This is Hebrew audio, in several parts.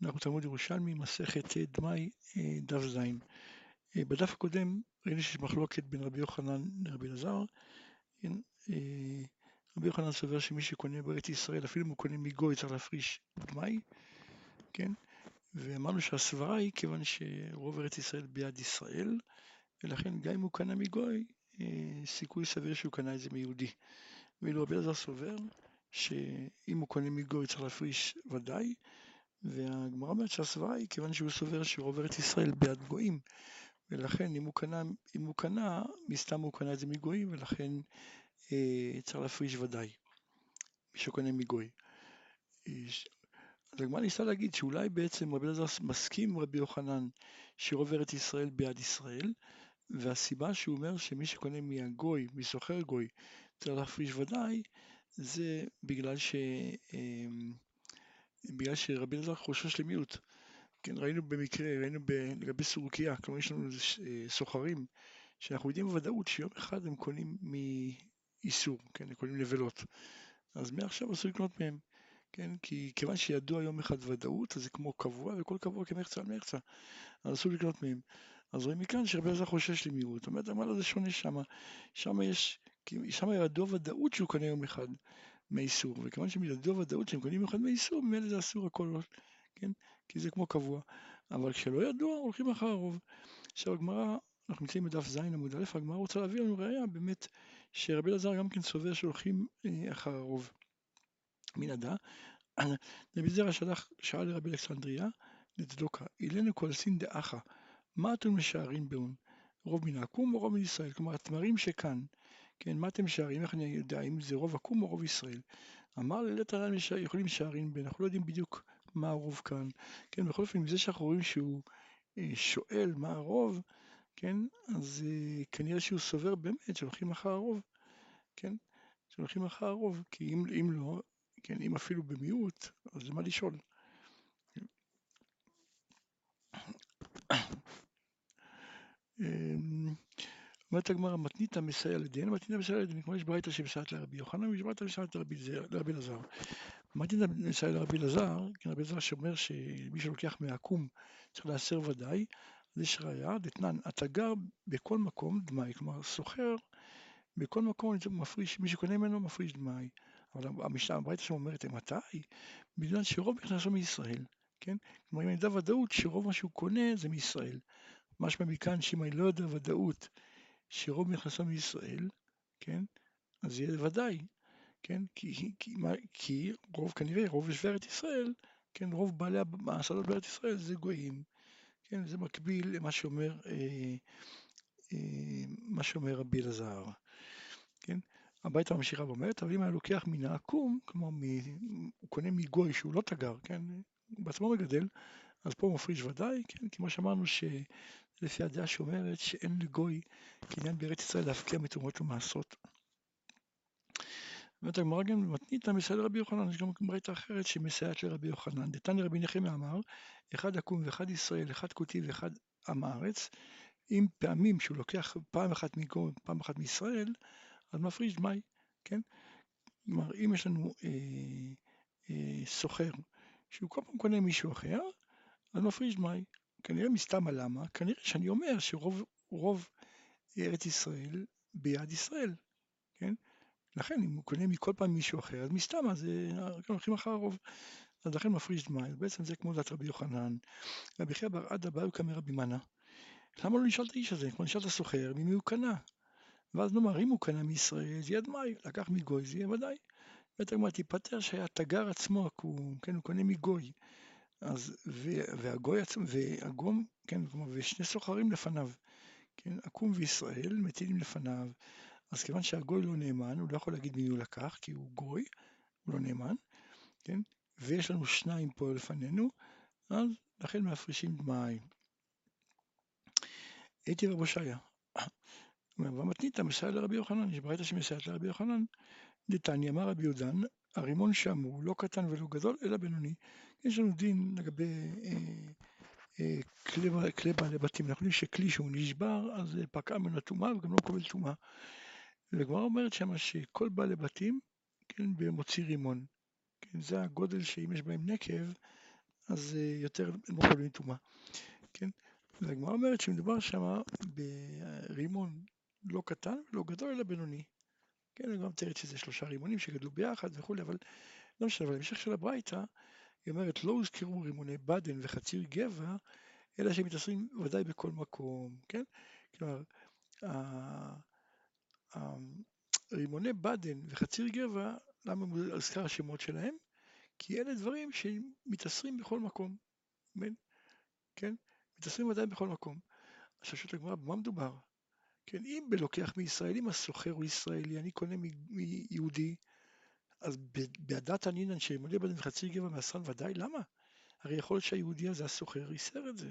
אנחנו תלמוד ירושלמי, מסכת דמאי, דף ז. בדף הקודם ראינו שיש מחלוקת בין רבי יוחנן לרבי אלעזר. כן, רבי יוחנן סובר שמי שקונה בארץ ישראל, אפילו אם הוא קונה מגוי, צריך להפריש דמאי, כן? ואמרנו שהסברה היא כיוון שרוב ארץ ישראל ביד ישראל, ולכן גם אם הוא קנה מגוי, סיכוי סביר שהוא קנה את זה מיהודי. ואילו רבי אלעזר סובר שאם הוא קונה מגוי צריך להפריש ודאי, והגמרא אומרת שהסברה היא כיוון שהוא סובר שרוב ארץ ישראל ביד גויים, ולכן אם הוא קנה, מסתם הוא קנה את זה מגויים, ולכן צריך להפריש ודאי, מי שקונה מגוי. אז הגמרא ניסה להגיד שאולי בעצם רבי אלעזר מסכים עם רבי יוחנן שרוב ארץ ישראל ביד ישראל, והסיבה שהוא אומר שמי שקונה מהגוי, מסוחר גוי, צריך להפריש ודאי, זה בגלל שרבי אלעזר חושש למיעוט. כן, ראינו לגבי סורקיה, כלומר יש לנו סוחרים שאנחנו יודעים בוודאות שיום אחד הם קונים מאיסור, כן, הם קונים נבלות, אז מעכשיו אסור לקנות מהם, כן, כי כיוון שידוע יום אחד ודאות, אז זה כמו קבוע, וכל קבוע כמחצה על מחצה, אז אסור לקנות מהם. אז רואים מכאן שרבי אלעזר חושש למיעוט, זאת אומרת, המעלה זה שונה שם ידוע ודאות שהוא קונה יום אחד מאיסור, וכיוון שידוע ודאות שהם קונים יום אחד מאיסור, ממילא זה אסור הכל, כן, כי זה כמו קבוע. אבל כשלא ידוע, הולכים אחר הרוב. עכשיו הגמרא, אנחנו נמצאים בדף ז עמוד א', הגמרא רוצה להביא לנו ראיה באמת שרבי אלעזר גם כן סובר שהולכים אחר הרוב. מן הדא, רבי זרע שאל לרבי אלכסנדריה לצדוקה, אילנו קולסין דאחא, מה אתם משערים באון? רוב מן העקום או רוב מישראל? כלומר, התמרים שכאן, כן, מה אתם משערים? איך אני יודע אם זה רוב עקום או רוב ישראל? אמר לילת הר"ן יכולים משערים בין, אנחנו לא יודעים בדיוק מה הרוב כאן, כן, בכל אופן, מזה שאנחנו רואים שהוא שואל מה הרוב, כן, אז כנראה שהוא סובר באמת שהולכים אחר הרוב, כן, שהולכים אחר הרוב, כי אם לא, כן, אם אפילו במיעוט, אז למה לשאול? אומרת הגמרא, מתנית מסייע לדין, מתנית מסייע לדין, כמו יש ברייתא שמסייעת לרבי יוחנן, ויש ברייתא שמסייעת לרבי אלעזר. מתנית מסייע לרבי אלעזר, כן, רבי אלעזר שאומר שמי שלוקח מהעקום צריך להסר ודאי, אז יש ראיה, דתנן, אתה גר בכל מקום דמאי, כלומר סוחר, בכל מקום מפריש, מי שקונה ממנו מפריש דמאי. אבל המשנה, הברייתא שם אומרת, מתי? בגלל שרוב נכנסו מישראל, כן? כלומר, אם אני יודע ודאות שרוב מה שהוא קונה זה מישראל. משמע מכאן שאם אני לא יודע ודאות שרוב נכנסו מישראל, כן? אז יהיה ודאי, כן? כי רוב, כנראה, רוב יושבי ארץ ישראל, כן? רוב בעלי השדות בארץ ישראל זה גויים, כן? זה מקביל למה שאומר, רבי אלעזר, כן? הברייתא ממשיכה ואומרת, אבל אם היה לוקח מן העקום, כלומר הוא קונה מגוי שהוא לא תגר, כן? הוא בעצמו מגדל, אז פה הוא מפריש ודאי, כן? כמו שאמרנו שלפי הדעה שאומרת שאין לגוי קניין בארץ ישראל להפקיע מתרומות ומעשרות. אומרת הגמרא גם מתנית מסייע לרבי יוחנן, יש גם ברייתא אחרת שמסייעת לרבי יוחנן. דתניא רבי נחמיה אמר, אחד עקום ואחד ישראל, אחד כותי ואחד עם הארץ, אם פעמים שהוא לוקח פעם אחת מגוי, פעם אחת מישראל, אז מפריש דמאי, כן? כלומר, אם יש לנו סוחר שהוא כל פעם קונה מישהו אחר, אז מפריש דמאי. כנראה מסתם למה? כנראה שאני אומר שרוב ארץ ישראל ביד ישראל, כן? לכן אם הוא קונה מכל פעם מישהו אחר, אז מסתם, אז הולכים אחר הרוב, אז לכן מפריש דמאי. בעצם זה כמו דת רבי יוחנן. רבי חייא בר עדה באו קמא רבי מנא. למה לא נשאל את האיש הזה? כמו נשאל את הסוחר, ממי הוא קנה? ואז נאמר, אם הוא קנה מישראל, זה יהיה דמאי, לקח מגוי, זה יהיה ודאי. בית הגמרא תיפטר שהתגר עצמו, כן, הוא קונה מגוי, אז, והגוי עצמו, והגום, כן, כלומר, ושני סוחרים לפניו, כן, עקום וישראל מטילים לפניו, אז כיוון שהגוי לא נאמן, הוא לא יכול להגיד מי הוא לקח, כי הוא גוי, הוא לא נאמן, כן, ויש לנו שניים פה לפנינו, אז לכן מפרישים דמאי. הייתי רב הושעיה, והמתנית מסייע לרבי יוחנן, יש ברייתא שמסייעת לרבי יוחנן, דתניא אמר רבי יהודן, הרימון שאמרו לא קטן ולא גדול אלא בינוני. יש לנו דין לגבי כלי בעלי בתים, אנחנו יודעים שכלי שהוא נשבר אז פקעה ממנו טומאה וגם לא מקבל טומאה. והגמרא אומרת שמה שכל בעלי בתים, כן, במוציא רימון, כן, זה הגודל שאם יש בהם נקב אז יותר לא מקבלים טומאה, כן? והגמרא אומרת שמדובר שם ברימון לא קטן ולא גדול אלא בינוני. כן, אני גם מתארת שזה 3 רימונים שגדלו ביחד וכולי, אבל לא משנה, אבל בהמשך של הברייתא, היא אומרת, לא הוזכרו רימוני בדן וחציר גבע, אלא שהם מתאסרים ודאי בכל מקום, כן? כלומר, רימוני בדן וחציר גבע, למה הוזכר השמות שלהם? כי אלה דברים שמתאסרים בכל מקום, כן? מתאסרים ודאי בכל מקום. עכשיו שואלת הגמרא, במה מדובר? כן, אם בלוקח מישראל, אם הסוחר הוא ישראלי, אני קונה מיהודי, אז בעדת הנינן שמונה בדן וחציר גבע מאסרן ודאי, למה? הרי יכול להיות שהיהודי הזה, הסוחר, איסר את זה.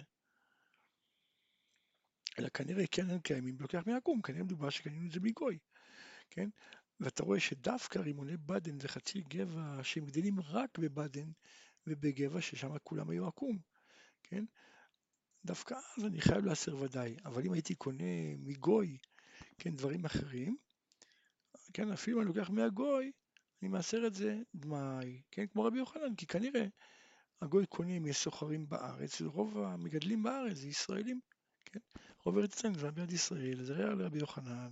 אלא כנראה כן הם קיימים בלוקח מהעקום, כנראה מדובר שקנינו את זה מגוי, כן? ואתה רואה שדווקא רימוני בדן וחציר גבע, שהם גדלים רק בבדן ובגבע, ששם כולם היו עקום, כן? דווקא אז אני חייב לאסר ודאי, אבל אם הייתי קונה מגוי, כן, דברים אחרים, כן, אפילו אני לוקח מהגוי, אני מאסר את זה דמאי, כן, כמו רבי יוחנן, כי כנראה הגוי קונה מסוחרים בארץ, ורוב המגדלים בארץ זה ישראלים, כן, רוב ארץ ישראל זה ביד ישראל, זה ראיה לרבי יוחנן.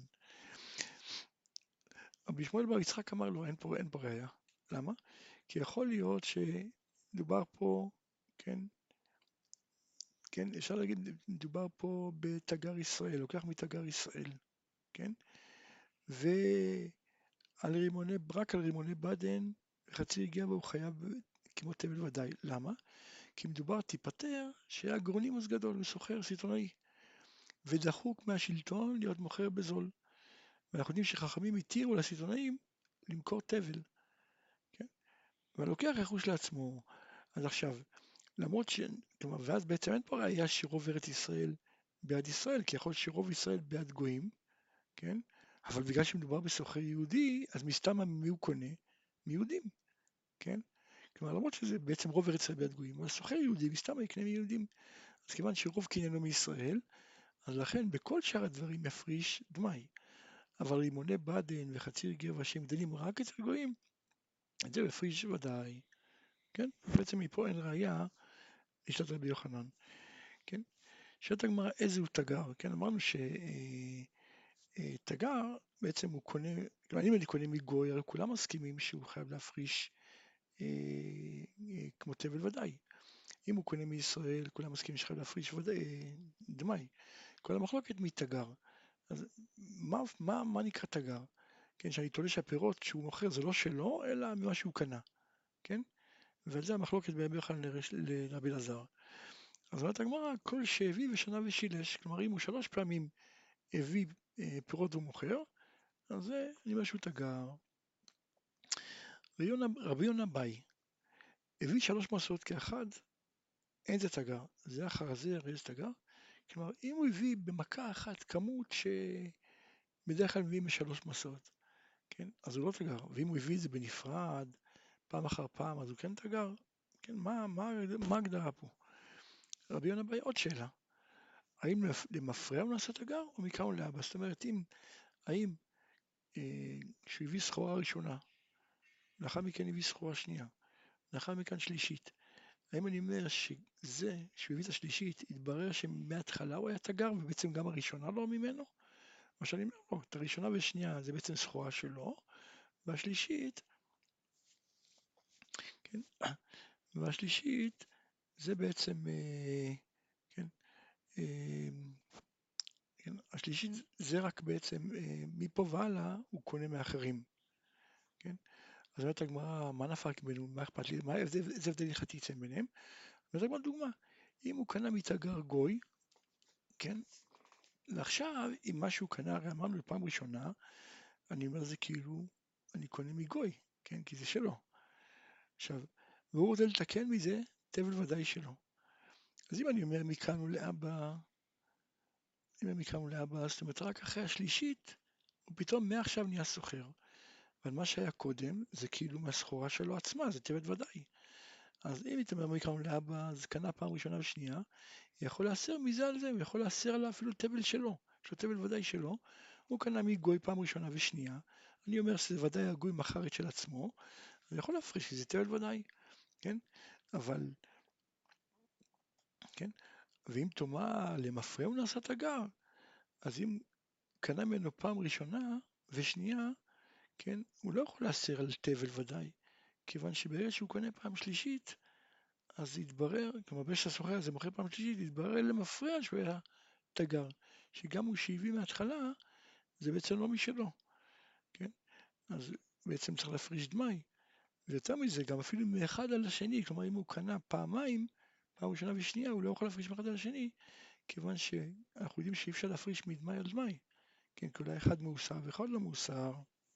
רבי שמואל בר יצחק אמר לו, אין פה ראיה. למה? כי יכול להיות שדובר פה, כן, כן, אפשר להגיד, מדובר פה בתגר ישראל, לוקח מתגר ישראל, כן, רק על רימוני בדן, חצי גבע הוא חייב כמו תבל ודאי. למה? כי מדובר תיפטר שהיה גרוני מס גדול, הוא סוחר סיטונאי, ודחוק מהשלטון להיות מוכר בזול. ואנחנו יודעים שחכמים התירו לסיטונאים למכור תבל, כן? והלוקח יחוש לעצמו. אז עכשיו, למרות כלומר, ואז בעצם אין פה ראייה שרוב ארץ ישראל בעד ישראל, כי יכול להיות שרוב ישראל בעד גויים, כן? אבל בגלל שמדובר בסוחר יהודי, אז מסתם מי הוא קונה? מיהודים, כן? כלומר, למרות שזה בעצם רוב ארץ ישראל ביד גויים, אבל סוחר יהודי מסתם יקנה מיהודים. אז כיוון שרוב קניינו מישראל, אז לכן בכל שאר הדברים יפריש דמאי. אבל רימוני בדן וחציר גבע שהם גדלים רק אצל גויים, את זה הוא יפריש ודאי, כן? בעצם מפה אין ראייה לשתת רבי יוחנן, כן? שואלת הגמרא איזה הוא תגר, כן? אמרנו שתגר בעצם הוא קונה, כלומר אם אני קונה מגוי, הרי כולם מסכימים שהוא חייב להפריש כמו תבל ודאי. אם הוא קונה מישראל, כולם מסכימים שחייב להפריש דמאי. כל המחלוקת מתגר. אז מה נקרא תגר? כן, שאני תולה שהפירות שהוא מוכר זה לא שלו, אלא ממה שהוא קנה, כן? ועל זה המחלוקת בין רבי יוחנן לרבי אלעזר. אז אומרת הגמרא, כל שהביא ושנה ושילש, כלומר אם הוא 3 פעמים הביא פירות ומוכר, אז זה אני אומר שהוא תגר. רבי יונה באי, הביא 3 מסעות כאחד, אין זה תגר, זה אחר זה, הרי זה תגר. כלומר, אם הוא הביא במכה אחת כמות שבדרך כלל מביאים ב3 מסעות, כן? אז הוא לא תגר, ואם הוא הביא את זה בנפרד, פעם אחר פעם, אז הוא כן תגר, כן? מה ההגדרה פה? רבי יונה באי, עוד שאלה, האם למפרע הוא נעשה תגר או מכאן ולהבא? זאת אומרת, האם כשהוא הביא סחורה ראשונה, לאחר מכן הביא סחורה שנייה, לאחר מכן שלישית, האם אני אומר שזה, שהוא הביא את השלישית, התברר שמההתחלה הוא היה תגר ובעצם גם הראשונה לא ממנו? או שאני אומר לו, את הראשונה והשנייה זה בעצם סחורה שלו, והשלישית, כן, והשלישית זה בעצם, כן, כן, השלישית זה רק בעצם, מפה והלאה הוא קונה מאחרים, כן? אז אומרת הגמרא, מה נפק בינינו, מה אכפת לי, איזה הבדל הלכתי יצא ביניהם? אומרת הגמרא דוגמה, אם הוא קנה מתגר גוי, כן, ועכשיו אם מה שהוא קנה, הרי אמרנו לפעם ראשונה, אני אומר זה כאילו אני קונה מגוי, כן, כי זה שלו. עכשיו, והוא רוצה לתקן מזה תבל ודאי שלו. אז אם אני אומר מכאן ולהבא, זאת אומרת רק אחרי השלישית, הוא פתאום מעכשיו נהיה סוחר. אבל מה שהיה קודם זה כאילו מהסחורה שלו עצמה, זה תבל ודאי. אז אם אתה אומר מכאן ולהבא, אז קנה פעם ראשונה ושנייה, יכול לאסר מזה על זה, הוא יכול לאסר עליו אפילו תבל שלו, יש לו תבל ודאי שלו, הוא קנה מגוי פעם ראשונה ושנייה, אני אומר שזה ודאי הגוי מכר את של עצמו, אני יכול להפריש שזה תבל ודאי, כן? אבל כן? ואם תאמר למפרע הוא נעשה תגר, אז אם קנה ממנו פעם ראשונה ושנייה, כן, הוא לא יכול לאסר על תבל ודאי, כיוון שברגע שהוא קונה פעם שלישית, אז יתברר, כלומר ברגע שהסוחר הזה מוכר פעם שלישית, יתברר למפרע שהוא היה תגר, שגם הוא שהביא מההתחלה, זה בעצם לא משלו, כן? אז בעצם צריך להפריש דמי, ויותר מזה, גם אפילו מאחד על השני, כלומר אם הוא קנה פעמיים, פעם ראשונה ושנייה, הוא לא יכול להפריש מאחד על השני, כיוון שאנחנו יודעים שאי אפשר להפריש מדמי על דמי, כן, כי אולי אחד מאוסר ואחד לא מאוסר.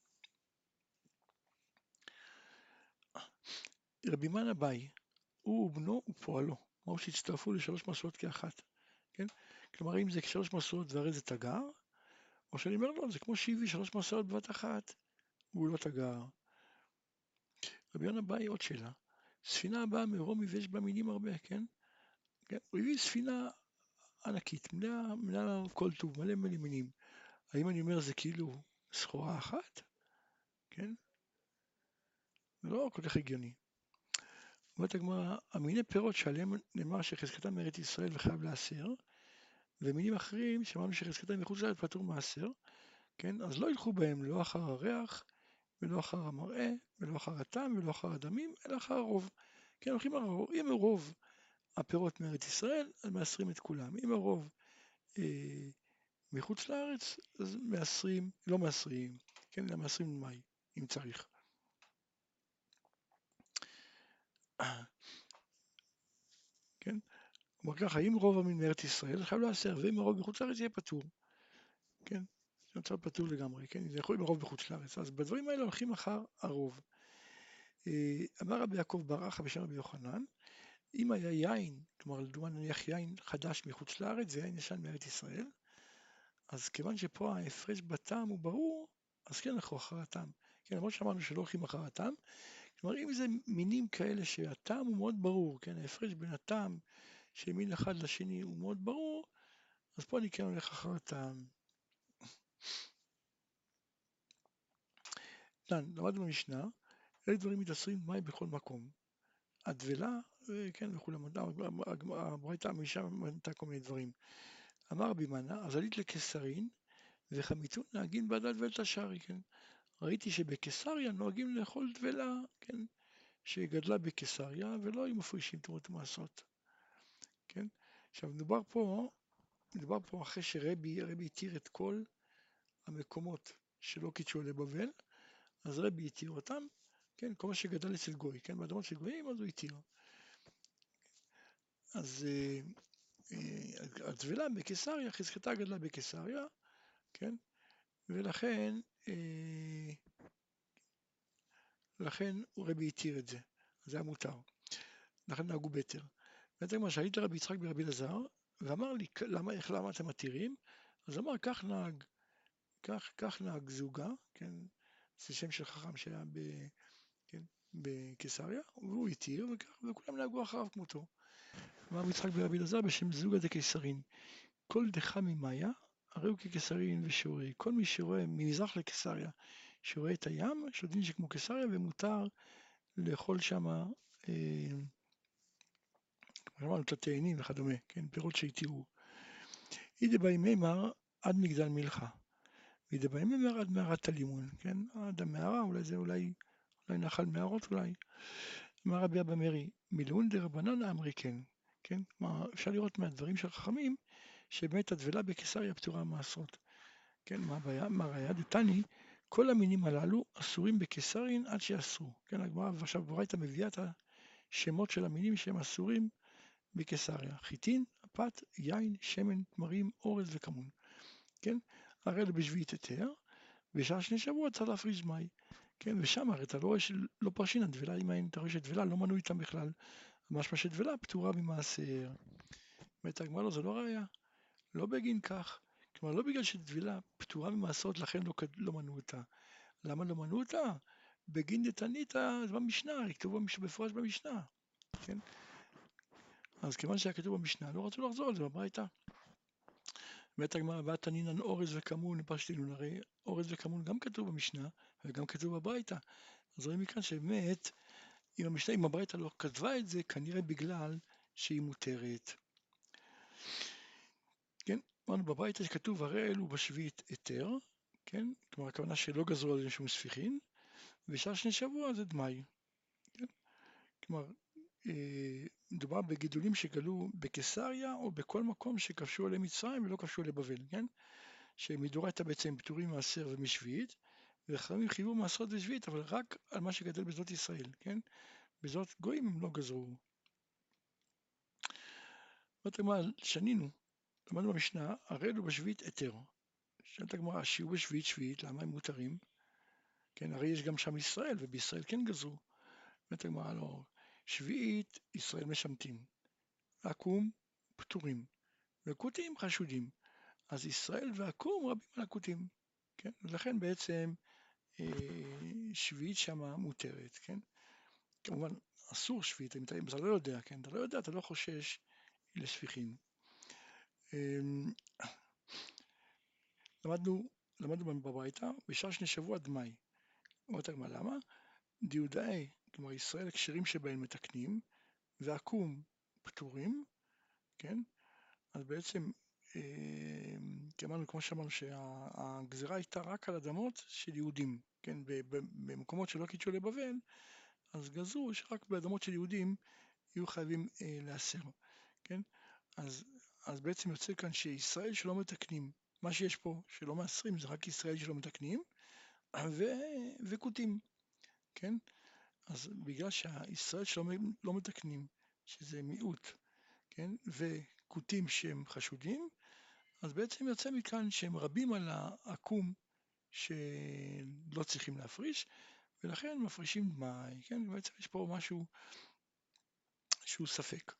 רבי מן אביי, הוא ובנו ופועלו, כלומר שהצטרפו לשלוש מסורות כאחת, כן? כלומר אם זה שלוש מסורות והרי זה תגר, או שאני אומר לו, זה כמו שהביא שלוש מסורות בבת אחת, הוא לא תגר. רבי מן אביי עוד שאלה, ספינה הבאה מרומי ויש בה מינים הרבה, כן? כן? הוא הביא ספינה ענקית, מלאה כל טוב, מלא מינים. האם אני אומר זה כאילו סחורה אחת? כן? זה לא כל כך הגיוני. אומרת הגמרא, המיני פירות שעליהם נאמר שחזקתם מארץ ישראל וחייב לאסר, ומינים אחרים שאמרנו שחזקתם מחוץ לארץ פטור מאסר, כן? אז לא ילכו בהם לא אחר הריח, ולא אחר המראה, ולא אחר הטעם, ולא אחר הדמים, אלא אחר הרוב. כן, הולכים על הרוב. אם הרוב הפירות מארץ ישראל, אז מאסרים את כולם. אם הרוב מחוץ לארץ, אז מאסרים, לא מאסרים, כן, אלא מאסרים דמי, אם צריך. כן? כלומר ככה, אם רוב המין מארץ ישראל, חייב לאסר, ואם הרוב מחוץ לארץ יהיה פטור. כן? זה מצב פטור לגמרי, כן? זה יכול להיות הרוב בחוץ לארץ. אז בדברים האלה הולכים אחר הרוב. אמר רבי יעקב בר אחא בשם רבי יוחנן, אם היה יין, כלומר לדוגמה נניח יין חדש מחוץ לארץ, זה יין ישן מארץ ישראל, אז כיוון שפה ההפרש בטעם הוא ברור, אז כן הלכו אחר הטעם. כן, למרות שאמרנו שלא הולכים אחר הטעם, כלומר אם זה מינים כאלה שהטעם הוא מאוד ברור, כן, ההפרש בין הטעם של מין אחד לשני הוא מאוד ברור, אז פה אני כן הולך אחר הטעם. למדנו במשנה, אלה דברים מתאסרים מים בכל מקום. הדבלה, כן, וכולם, הברייתא משם מנתה כל מיני דברים. אמר רבי מנא, אז עלית לקיסרין, וחמיתון נהגין בעדת דבלת השרי, כן. ראיתי שבקיסריה נוהגים לאכול דבלה, כן, שגדלה בקיסריה, ולא היו מפרישים תרומות ומעשרות, כן. עכשיו, מדובר פה אחרי הרבי התיר את כל המקומות שלא קידשו לבבל, אז רבי התיר אותם, כן, כל מה שגדל אצל גוי, כן, באדמות של גויים, אז הוא התיר. אז הטבילה בקיסריה, חזקתה גדלה בקיסריה, כן, ולכן רבי התיר את זה, זה היה מותר, לכן נהגו בהיתר. בעצם מה שהיית רבי יצחק ברבי אלעזר, ואמר לי, למה אתם מתירים? אז אמר, כך נהג זוגה, כן, זה שם של חכם שהיה כן, בקיסריה, והוא התיר, וכולם נהגו אחריו כמותו. אמר רבי יצחק ברבי אלעזר בשם זוגה דקיסרין, כל דחה ממאיה, הרי הוא כקיסרין ושורי, כל מי שרואה ממזרח לקיסריה, שרואה את הים, שודין שכמו קיסריה, ומותר לאכול שם, אמרנו את התאנים וכדומה, כן, פירות שהתירו. אידי באי מימר עד מגדל מלחה, ואידי באי מימר עד מערת הלימון, כן, עד המערה, אולי נחל מערות אולי. אמר רבי אבא מרי, מילאון דרבנן אמרי כן, כן, כלומר אפשר לראות מהדברים של חכמים, שבאמת הדבלה בקיסריה פטורה מעשרות. כן, מה הבעיה? מה ראיה דתני, כל המינים הללו אסורים בקיסרין עד שאסרו. כן, הגמרא עכשיו ברייתא מביאה את השמות של המינים שהם אסורים בקיסריה. חיטין, פת, יין, שמן, תמרים, אורז וכמון. כן, הרי בשביעית היתר, בשעה שני שבוע צריך להפריש דמי. כן, ושם הרי אתה לא רואה שלא פרשין הדבלה, אם אתה רואה שדבלה לא מנוי איתם בכלל. משמע שדבלה פטורה ממעשר. אומרת הגמרא לו, זה לא ראיה, לא בגין כך. כלומר, לא בגלל שדבילה פטורה ממעשרות, לכן לא מנעו אותה. למה לא מנעו אותה? בגין דתניתא, זה במשנה, כתוב בפורש במשנה. כן? אז כיוון שהיה כתוב במשנה, לא רצו לחזור על זה בברייתא. אומרת הגמרא, והתנינן אורז וכמון פשטילון, הרי אורז וכמון גם כתוב במשנה, וגם כתוב בברייתא. אז רואים מכאן שבאמת, אם הברייתא לא כתבה את זה, כנראה בגלל שהיא מותרת. כן, אמרנו בברייתא שכתוב הרי אלו בשביעית היתר, כן, כלומר הכוונה שלא גזרו על זה שום ספיחין, ושאר שני שבוע זה דמאי, כן, כלומר מדובר בגידולים שגלו בקיסריה או בכל מקום שכבשו עליהם מצרים ולא כבשו עליהם בבל, כן, שמדורייתא בעצם פטורים מעשר ומשביעית, וחכמים חייבו מעשרות ושביעית, אבל רק על מה שגדל בזאת ישראל, כן, בזאת גויים הם לא גזרו. אומרת הגמרא, שנינו, למדנו במשנה, הרי אלו בשביעית היתר. שואלת הגמרא, שיהיו בשביעית שביעית, למה הם מותרים? כן, הרי יש גם שם ישראל, ובישראל כן גזרו. אומרת הגמרא, לא, שביעית ישראל משמטים, עקום פטורים, וכותים חשודים. אז ישראל ועקום רבים על הכותים, כן? ולכן בעצם שביעית שמה מותרת, כן? כמובן אסור שביעית, אם אתה לא יודע, כן? אתה לא יודע, אתה לא חושש לספיחין. למדנו בברייתא, בשאר שני שבוע דמאי. אומרת הגמרא, למה? דיודאי, כלומר ישראל הכשרים שבהם מתקנים, ועקום פטורים, כן? אז בעצם, כמו שאמרנו שהגזירה הייתה רק על אדמות של יהודים, כן? במקומות שלא קידשו לבבל, אז גזרו שרק באדמות של יהודים יהיו חייבים להסר, כן? אז בעצם יוצא כאן שישראל שלא מתקנים, מה שיש פה שלא מאסרים זה רק ישראל שלא מתקנים וכותים, כן? אז בגלל שהישראל שלא לא מתקנים, שזה מיעוט, כן? וכותים שהם חשודים, אז בעצם יוצא מכאן שהם רבים על העקום שלא צריכים להפריש, ולכן מפרישים דמאי, כן? בעצם יש פה משהו שהוא ספק.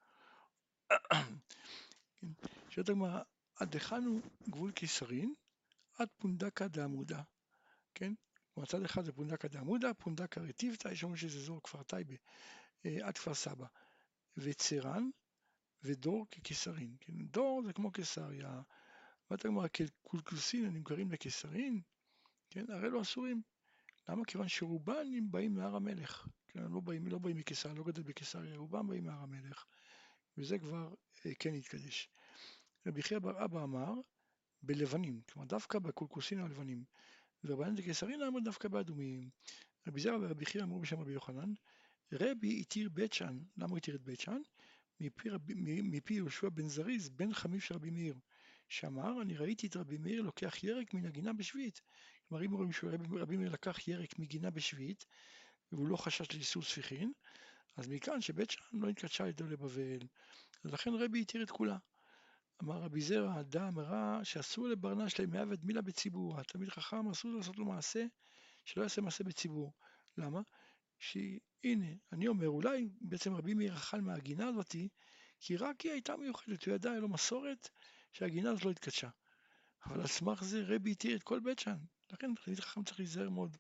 שואלת הגמרא, עד היכן הוא גבול קיסרין? עד פונדקא דעמודה, כן? מצד אחד זה פונדקא דעמודה, פונדקא רטיבתא, יש אומרים שזה אזור כפר טייבה, עד כפר סבא, וצרן ודור כקיסרין, כן? דור זה כמו קיסריה, ואת הגמרא כקולקוסין הנמכרים לקיסרין, כן? הרי לא אסורים. למה? כיוון שרובם באים מהר המלך, כן? לא באים מקיסריה, לא גדל בקיסריה, רובם באים מהר המלך, וזה כבר כן יתקדש. רבי חייא בר אבא אמר בלבנים, כלומר דווקא בקולקוסין הלבנים, ורבנן דקיסרין אמר דווקא באדומים. רבי זרע ורבי חייא אמרו בשם רבי יוחנן, רבי התיר בית שאן, למה הוא התיר את בית שאן? מפי יהושע בן זריז, בן חמיו של רבי מאיר, שאמר, אני ראיתי את רבי מאיר לוקח ירק מן הגינה בשביעית. כלומר, אם רואים שרבי מאיר לקח ירק מגינה בשביעית, והוא לא חשש לאיסור ספיחין, אז מכאן שבית שאן לא התקדשה ידו לבבל, אז לכן רבי התיר את כולה. אמר רבי זרע, אדם רע שאסור לברנש להם מעבד מילה בציבור, התלמיד חכם אסור לעשות לו מעשה, שלא יעשה מעשה בציבור. למה? שהנה, אני אומר, אולי בעצם רבי מאיר אכל מהגינה הזאתי, כי רק היא הייתה מיוחדת, הוא ידע, היה לו מסורת שהגינה הזאת לא התקדשה. אבל על סמך זה רבי התיר את כל בית שאן, לכן תלמיד חכם צריך להיזהר מאוד.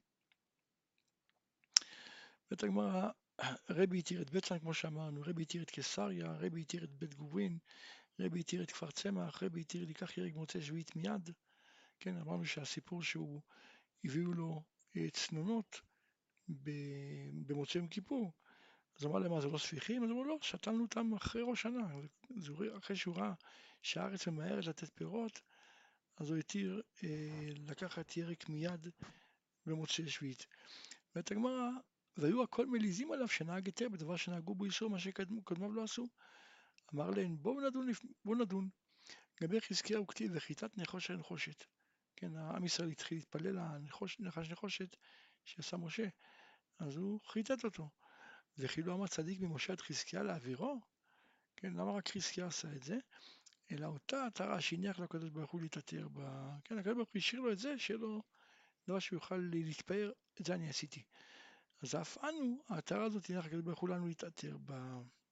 בית הגמרא, רבי התיר את בית שאן כמו שאמרנו, רבי התיר את קיסריה, רבי התיר את בית גוברין, רבי התיר את כפר צמח, רבי התיר לקח ירק במוצאי שביעית מיד. כן, אמרנו שהסיפור שהוא הביאו לו צנונות במוצאי יום כיפור, אז אמר להם, מה זה לא ספיחים? אז אמרו, לא, שתלנו אותם אחרי ראש שנה, אחרי שהוא ראה שהארץ ממהרת לתת פירות, אז הוא התיר לקחת ירק מיד במוצאי שביעית. ואת הגמרא, והיו הכל מליזים עליו שנהג היתר בדבר שנהגו בו איסור, מה שקודמיו לא עשו. אמר להם, בואו נדון. לגבי חזקיה הוא כתיב, וחיטת נחושת נחושת. כן, העם ישראל התחיל להתפלל לנחש נחושת שעשה משה, אז הוא חיטט אותו. וכי לא אמר צדיק ממשה עד חזקיה להעבירו? כן, למה רק חזקיה עשה את זה? אלא אותה עטרה שהניח לו הקדוש ברוך הוא להתעטר בה. כן, הקדוש ברוך הוא השאיר לו את זה, שיהיה לו דבר שהוא יוכל להתפאר, את זה אני עשיתי. אז אף אנו, העטרה הזאת הניח הקדוש ברוך הוא לנו להתעטר בה.